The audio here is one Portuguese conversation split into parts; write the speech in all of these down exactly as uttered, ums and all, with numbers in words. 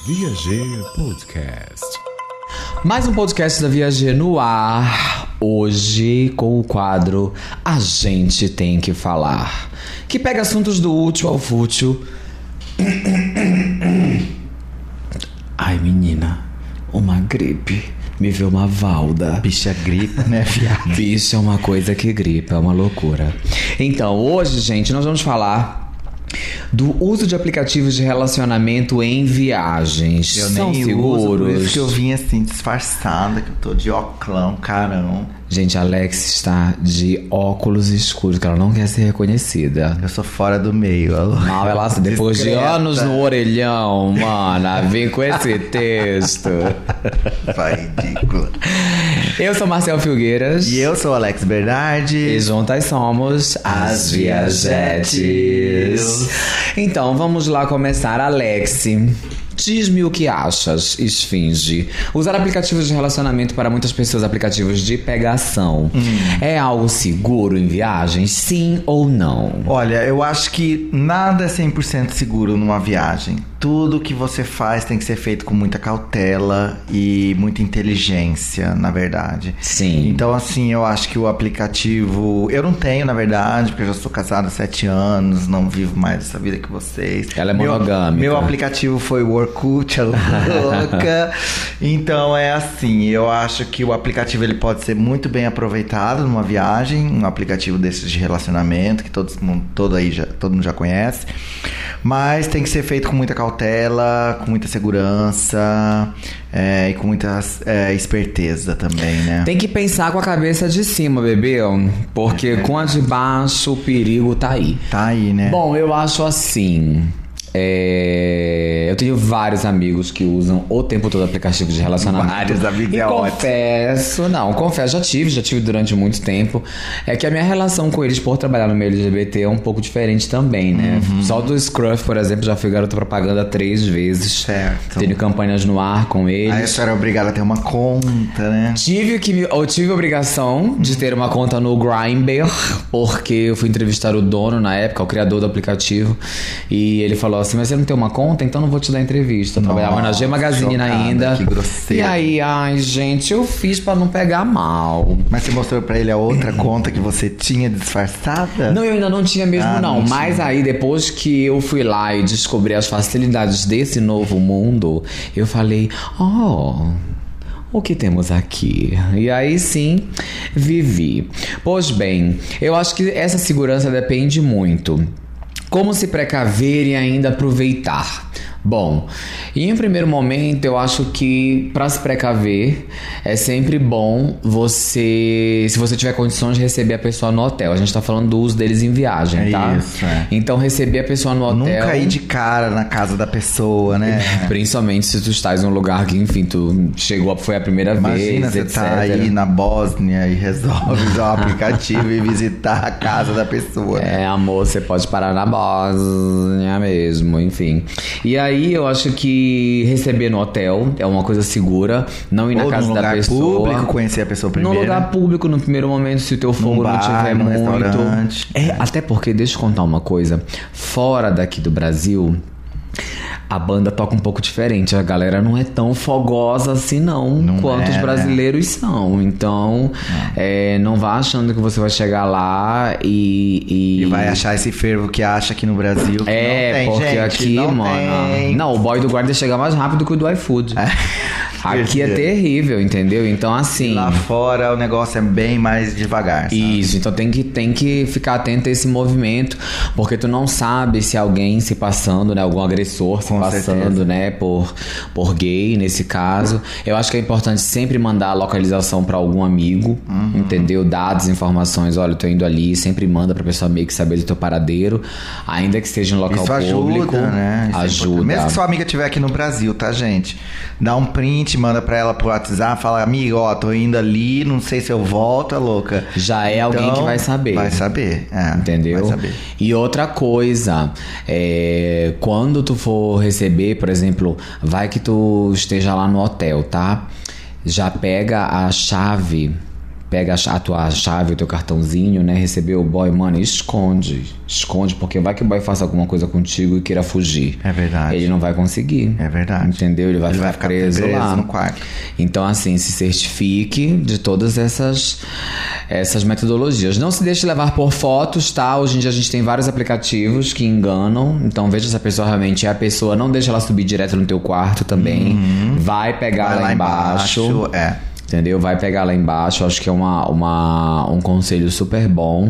Viager Podcast. Mais um podcast da Viager no ar. Hoje com o quadro A Gente Tem Que Falar, que pega assuntos do útil ao fútil. Ai, menina, uma gripe. Me vê uma valda. Bicha gripa, né, viado? Bicho é uma coisa que gripa, é uma loucura. Então, hoje, gente, nós vamos falar do uso de aplicativos de relacionamento em viagens. Eu São nem seguros? uso, por isso que eu vim assim, disfarçada, que eu tô de oclão, carão. Gente, a Alex está de óculos escuros, que ela não quer ser reconhecida. Eu sou fora do meio. Alô. Mal, ela, depois de anos no orelhão, mana, vem com esse texto. Vai, ridícula. Eu sou Marcel Filgueiras. E eu sou Alex Bernardi. E juntas somos as Viajetes. Então, vamos lá começar. Alex, diz-me o que achas, Esfinge. Usar aplicativos de relacionamento para muitas pessoas, aplicativos de pegação, hum. é algo seguro em viagens? Sim ou não? Olha, eu acho que nada é cem por cento seguro numa viagem. Tudo que você faz tem que ser feito com muita cautela e muita inteligência, na verdade. Sim. Então, assim, eu acho que o aplicativo... Eu não tenho, na verdade, porque eu já sou casada há sete anos, não vivo mais essa vida que vocês. Ela é monogâmica. Meu, meu aplicativo foi o Orkut, a louca. Então, é assim, eu acho que o aplicativo ele pode ser muito bem aproveitado numa viagem, um aplicativo desses de relacionamento, que todo mundo, todo aí já, todo mundo já conhece. Mas tem que ser feito com muita cautela, com muita segurança é, e com muita é, esperteza também, né? Tem que pensar com a cabeça de cima, bebê, porque é com a de baixo o perigo tá aí. Tá aí, né? Bom, eu acho assim... É... Eu tenho vários amigos que usam o tempo todo aplicativos de relacionamento. Vários amigos, e é confesso, ótimo. Não, confesso, já tive, já tive durante muito tempo. É que a minha relação com eles, por trabalhar no meio L G B T, é um pouco diferente também, né? Uhum. Só do Scruff, por exemplo, já fui garota propaganda três vezes. Certo. Tenho campanhas no ar com eles. Aí a senhora é obrigada a ter uma conta, né? Tive que me... Eu tive a obrigação de ter uma conta no Grindr, porque eu fui entrevistar o dono na época, o criador do aplicativo, e ele falou assim, mas você não tem uma conta? Então não vou te dar entrevista. Eu Nossa, trabalhava na G Magazine chocada, ainda. Que grosseiro. E aí, ai, gente, eu fiz pra não pegar mal. Mas você mostrou pra ele a outra conta que você tinha disfarçada? Não, eu ainda não tinha mesmo, ah, não. não Mas aí, depois que eu fui lá e descobri as facilidades desse novo mundo, eu falei, oh... o que temos aqui? E aí sim, vivi. Pois bem, eu acho que essa segurança depende muito. Como se precaver e ainda aproveitar? Bom, em um primeiro momento eu acho que para se precaver é sempre bom você, se você tiver condições de receber a pessoa no hotel. A gente tá falando do uso deles em viagem, é tá? Isso, é. Então receber a pessoa no hotel... Nunca ir de cara na casa da pessoa, né? Principalmente se tu estás em um lugar que, enfim, tu chegou, foi a primeira Imagina vez, você etcétera. Tá aí na Bósnia e resolve usar o aplicativo e visitar a casa da pessoa. É, amor, você pode parar na Bósnia mesmo, enfim. E aí eu acho que receber no hotel é uma coisa segura, não ir na Ou casa da pessoa. Ou no lugar público, conhecer a pessoa primeiro. No lugar público, no primeiro momento, se o teu fogo bar, não tiver no muito. Restaurante. É, até porque, deixa eu contar uma coisa. Fora daqui do Brasil, a banda toca um pouco diferente. A galera não é tão fogosa assim, não, não quanto é, os brasileiros né? são. Então, não. É, não vá achando que você vai chegar lá e... E, e vai achar esse fervo que acha aqui no Brasil. Que é, não tem, porque gente, aqui, não mano... Tem. Não, o boy do guarda chega mais rápido que o do iFood. É. Aqui é terrível, entendeu? Então, assim... Lá fora o negócio é bem mais devagar, sabe? Isso, então tem que, tem que ficar atento a esse movimento, porque tu não sabe se alguém se passando, né? Algum agressor se Com passando, certeza. né? Por, por gay, nesse caso. Eu acho que é importante sempre mandar a localização pra algum amigo, uhum. entendeu? Dados, informações, olha, eu tô indo ali, sempre manda pra pessoa meio que saber do teu paradeiro, ainda que seja em local Isso público. Ajuda, né? Isso ajuda. É mesmo que sua amiga estiver aqui no Brasil, tá, gente? Dá um print, manda pra ela pro WhatsApp, fala, amiga, ó, tô indo ali, não sei se eu volto, tá louca. Já é então, alguém que vai saber. Vai saber, é. Entendeu? Vai saber. E outra coisa, é, quando tu for receber, por exemplo, vai que tu esteja lá no hotel, tá? Já pega a chave pega a tua chave, o teu cartãozinho, né? Recebeu o boy, mano, esconde. Esconde, porque vai que o boy faça alguma coisa contigo e queira fugir. É verdade. Ele não vai conseguir. É verdade. Entendeu? Ele vai, Ele ficar, vai ficar preso, preso lá. no quarto. Então, assim, se certifique de todas essas, essas metodologias. Não se deixe levar por fotos, tá? Hoje em dia a gente tem vários aplicativos que enganam. Então, veja se a pessoa realmente é a pessoa. Não deixa ela subir direto no teu quarto também. Uhum. Vai pegar vai lá, lá embaixo. embaixo. É. Entendeu? Vai pegar lá embaixo, acho que é uma, uma, um conselho super bom.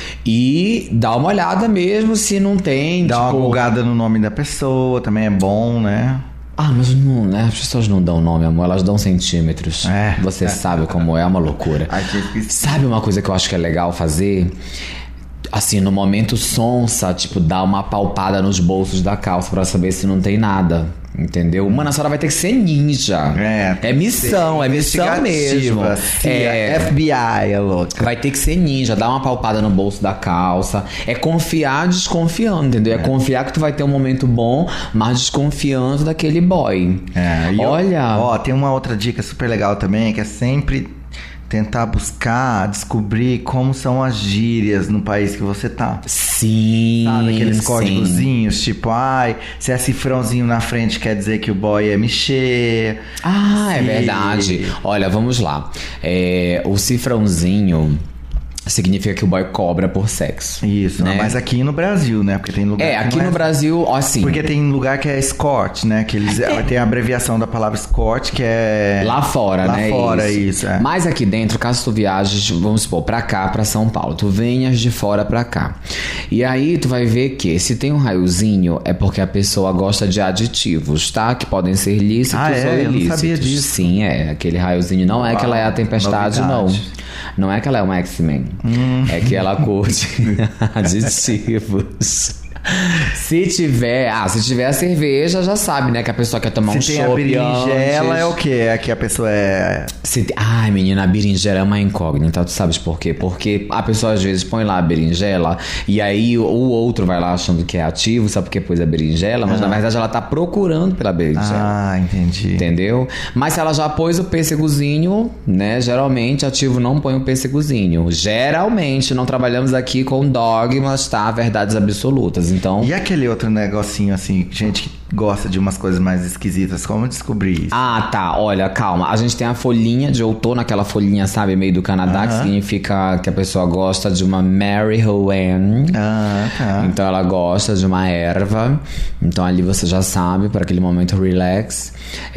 E dá uma olhada mesmo se não tem. Dá tipo... uma bugada no nome da pessoa, também é bom, né? Ah, mas não, né? As pessoas não dão nome, amor, elas dão centímetros. É. Você é. sabe como é, é uma loucura. Ai, que... Sabe uma coisa que eu acho que é legal fazer? Assim, no momento sonsa, tipo, dar uma palpada nos bolsos da calça pra saber se não tem nada. Entendeu? Mano, a senhora vai ter que ser ninja. É, é missão, é missão mesmo. É, F B I, é louca. Vai ter que ser ninja, dar uma palpada no bolso da calça. É confiar desconfiando, entendeu? É, é confiar que tu vai ter um momento bom, mas desconfiando daquele boy. É, olha. Eu, ó, tem uma outra dica super legal também, que é sempre tentar buscar, descobrir como são as gírias no país que você tá. Sim. Sabe aqueles sim. códigozinhos, tipo, ai, se é cifrãozinho na frente quer dizer que o boy é mexer. Ah, se... é verdade. Olha, vamos lá. É, o cifrãozinho significa que o boy cobra por sexo. Isso, né? Mas aqui no Brasil, né? Porque tem lugar É, aqui no é... Brasil, assim... Porque tem lugar que é escort, né? Que eles... é. Tem a abreviação da palavra escort, que é... Lá fora, Lá né? Lá fora, isso. isso é. Mas aqui dentro, caso tu viajes, vamos supor, pra cá, pra São Paulo. Tu venhas de fora pra cá. E aí, tu vai ver que se tem um raiozinho, é porque a pessoa gosta de aditivos, tá? Que podem ser lícitos ah, é? ou ilícitos. Eu não sabia disso. Sim, é. Aquele raiozinho não é Uau, que ela é a tempestade, novidade. não. Não é que ela é uma X-Men. Hum. É que ela curte aditivos. Se tiver... Ah, se tiver a cerveja, já sabe, né? Que a pessoa quer tomar se um chopp. Se tem a berinjela, antes. é o quê? É que a pessoa é... Se te... Ai, menina, a berinjela é uma incógnita. Tu sabes por quê? Porque a pessoa às vezes põe lá a berinjela e aí o outro vai lá achando que é ativo, sabe por que pôs a berinjela? Mas ah. na verdade ela tá procurando pela berinjela. Ah, entendi. Entendeu? Mas se ela já pôs o pêssegozinho, né? Geralmente ativo não põe o pêssegozinho. Geralmente, não trabalhamos aqui com dogmas, tá? Verdades absolutas. Então... E aquele outro negocinho assim, gente que gosta de umas coisas mais esquisitas, como descobrir isso? Ah, tá, olha, calma. A gente tem a folhinha de outono, aquela folhinha, sabe, meio do Canadá, uh-huh. que significa que a pessoa gosta de uma marihuana. Ah, tá. Então ela gosta de uma erva. Então ali você já sabe, para aquele momento relax.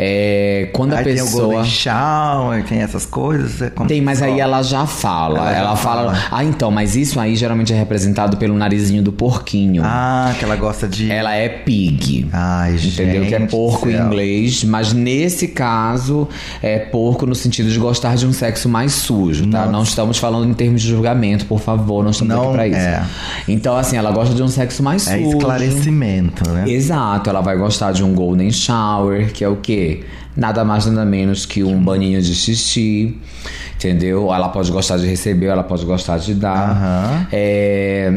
É, quando aí a pessoa... tem o golden shower, tem essas coisas. É tem, mas aí ela já fala. Ela, ela já fala... fala... Ah, então, mas isso aí geralmente é representado pelo narizinho do porquinho. Ah, que ela gosta de... Ela é pig. Ai, entendeu? gente, que é porco em inglês. Mas nesse caso, é porco no sentido de gostar de um sexo mais sujo, tá? Nossa. Não estamos falando em termos de julgamento, por favor. Não estamos não, aqui pra isso. É. Então, assim, ela gosta de um sexo mais é sujo. É esclarecimento, né? Exato. Ela vai gostar de um golden shower, que é o quê? Nada mais, nada menos que um baninho de xixi, entendeu? Ela pode gostar de receber, ela pode gostar de dar. Uhum. É...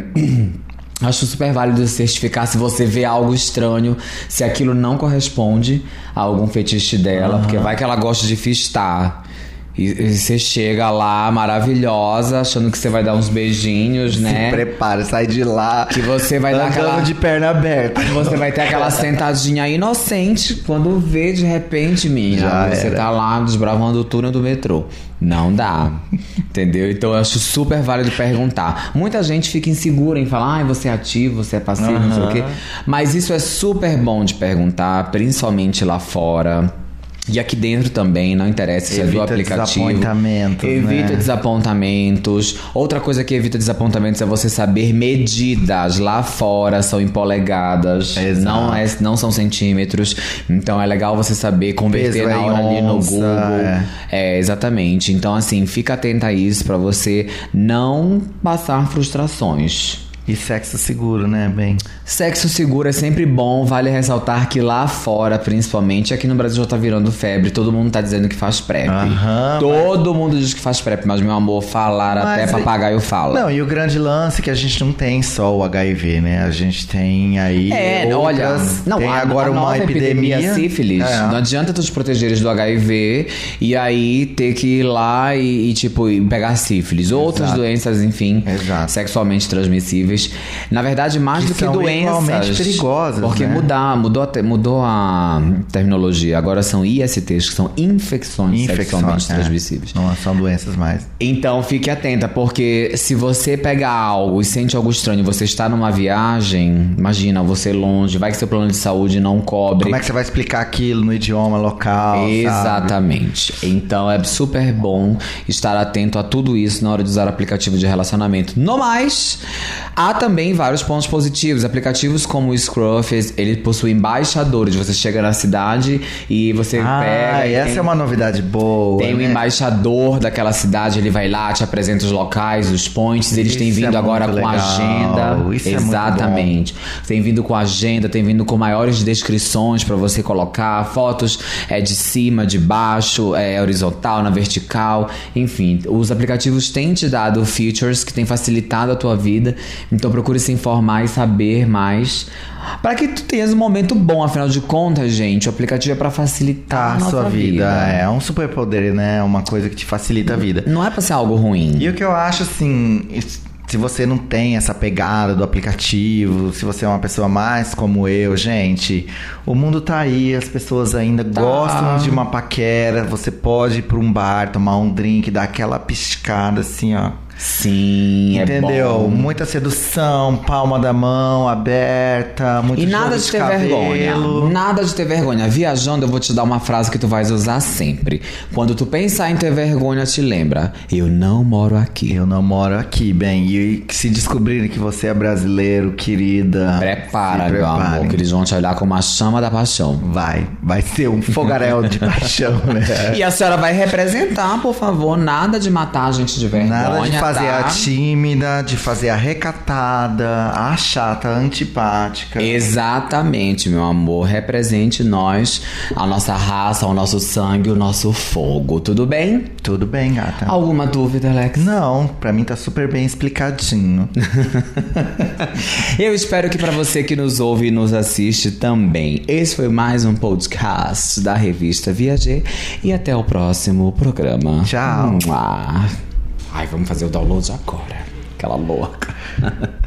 Acho super válido certificar se você vê algo estranho, se aquilo não corresponde a algum fetiche dela, uhum. porque vai que ela gosta de fistar. E, e você chega lá maravilhosa, achando que você vai dar uns beijinhos, se né? Se prepara, sai de lá. Que você vai dar aquela... de perna aberta. Você vai ter aquela sentadinha inocente quando vê de repente, minha. Já você era. Tá lá desbravando o túnel do metrô. Não dá. Entendeu? Então eu acho super válido perguntar. Muita gente fica insegura em falar, ah, você é ativo, você é passivo, uhum. não sei o quê. Mas isso é super bom de perguntar, principalmente lá fora. E aqui dentro também, não interessa se é do aplicativo. Desapontamentos, evita né? desapontamentos. Outra coisa que evita desapontamentos é você saber medidas. Lá fora são em polegadas, não, é, não são centímetros. Então é legal você saber converter Peso na hora ali no Google. É. é, exatamente. Então assim, fica atenta a isso pra você não passar frustrações. E sexo seguro, né, bem? Sexo seguro é sempre bom, vale ressaltar que lá fora, principalmente, aqui no Brasil já tá virando febre, todo mundo tá dizendo que faz PrEP. Aham, todo mas... mundo diz que faz PrEP, mas meu amor, falar mas até papagaio fala. Não, e o grande lance é que a gente não tem só o H I V, né? A gente tem aí É, outras, olha, não, tem a, agora a uma nova epidemia, epidemia sífilis. É. Não adianta tu te protegeres do H I V e aí ter que ir lá e, e tipo, pegar sífilis. Outras Exato. doenças, enfim, Exato. sexualmente transmissíveis. Na verdade, mais Que do que são igualmente doenças. perigosas, Porque né? mudar, mudou, a, te- mudou a terminologia. Agora são I S Ts, que são infecções, sexualmente é. transmissíveis. Não são doenças mais. Então fique atenta, porque se você pegar algo e sente algo estranho, você está numa viagem, imagina, você longe, vai que seu plano de saúde não cobre. Como é que você vai explicar aquilo no idioma local? Exatamente. Sabe? Então é super bom estar atento a tudo isso na hora de usar o aplicativo de relacionamento. No mais, há também vários pontos positivos. Aplicativos como o Scruff, ele possui embaixadores. Você chega na cidade e você Ah, pega... e e essa tem- é uma novidade boa. Tem um né? embaixador daquela cidade, ele vai lá, te apresenta os locais, os points. Eles têm Isso vindo é agora muito com legal. agenda. Isso é muito Exatamente. Tem vindo com agenda, tem vindo com maiores descrições pra você colocar. Fotos é, de cima, de baixo, é, horizontal, na vertical. Enfim, os aplicativos têm te dado features que têm facilitado a tua vida. Então procure se informar e saber mais. Para que tu tenhas um momento bom, afinal de contas, gente, o aplicativo é pra facilitar Tá, a a nossa sua vida. vida. É um superpoder, né? Uma coisa que te facilita a vida. Não é pra ser algo ruim. E o que eu acho, assim, se você não tem essa pegada do aplicativo, se você é uma pessoa mais como eu, gente, o mundo tá aí, as pessoas ainda Tá. gostam de uma paquera, você pode ir pra um bar, tomar um drink, dar aquela piscada assim, ó. Sim, Entendeu? é bom. Muita sedução, palma da mão aberta, muito E nada jogo de ter cabelo. vergonha. Nada de ter vergonha. Viajando, eu vou te dar uma frase que tu vais usar sempre. Quando tu pensar em ter vergonha, te lembra: eu não moro aqui. Eu não moro aqui, bem. E se descobrirem que você é brasileiro, querida, Prepara, se meu preparem. amor, que eles vão te olhar com uma chama da paixão. Vai, vai ser um fogaréu de paixão, né? E a senhora vai representar, por favor. Nada de matar a gente de vergonha. Nada de fazer tá? a tímida, de fazer a recatada, a chata, a antipática. Exatamente, meu amor. Represente nós, a nossa raça, o nosso sangue, o nosso fogo. Tudo bem? Tudo bem, gata? Alguma dúvida, Alex? Não, pra mim tá super bem explicadinho. Eu espero que pra você que nos ouve e nos assiste também. Esse foi mais um podcast da revista Viager. E até o próximo programa. Tchau. Mua. Ai, vamos fazer o download agora. Aquela louca.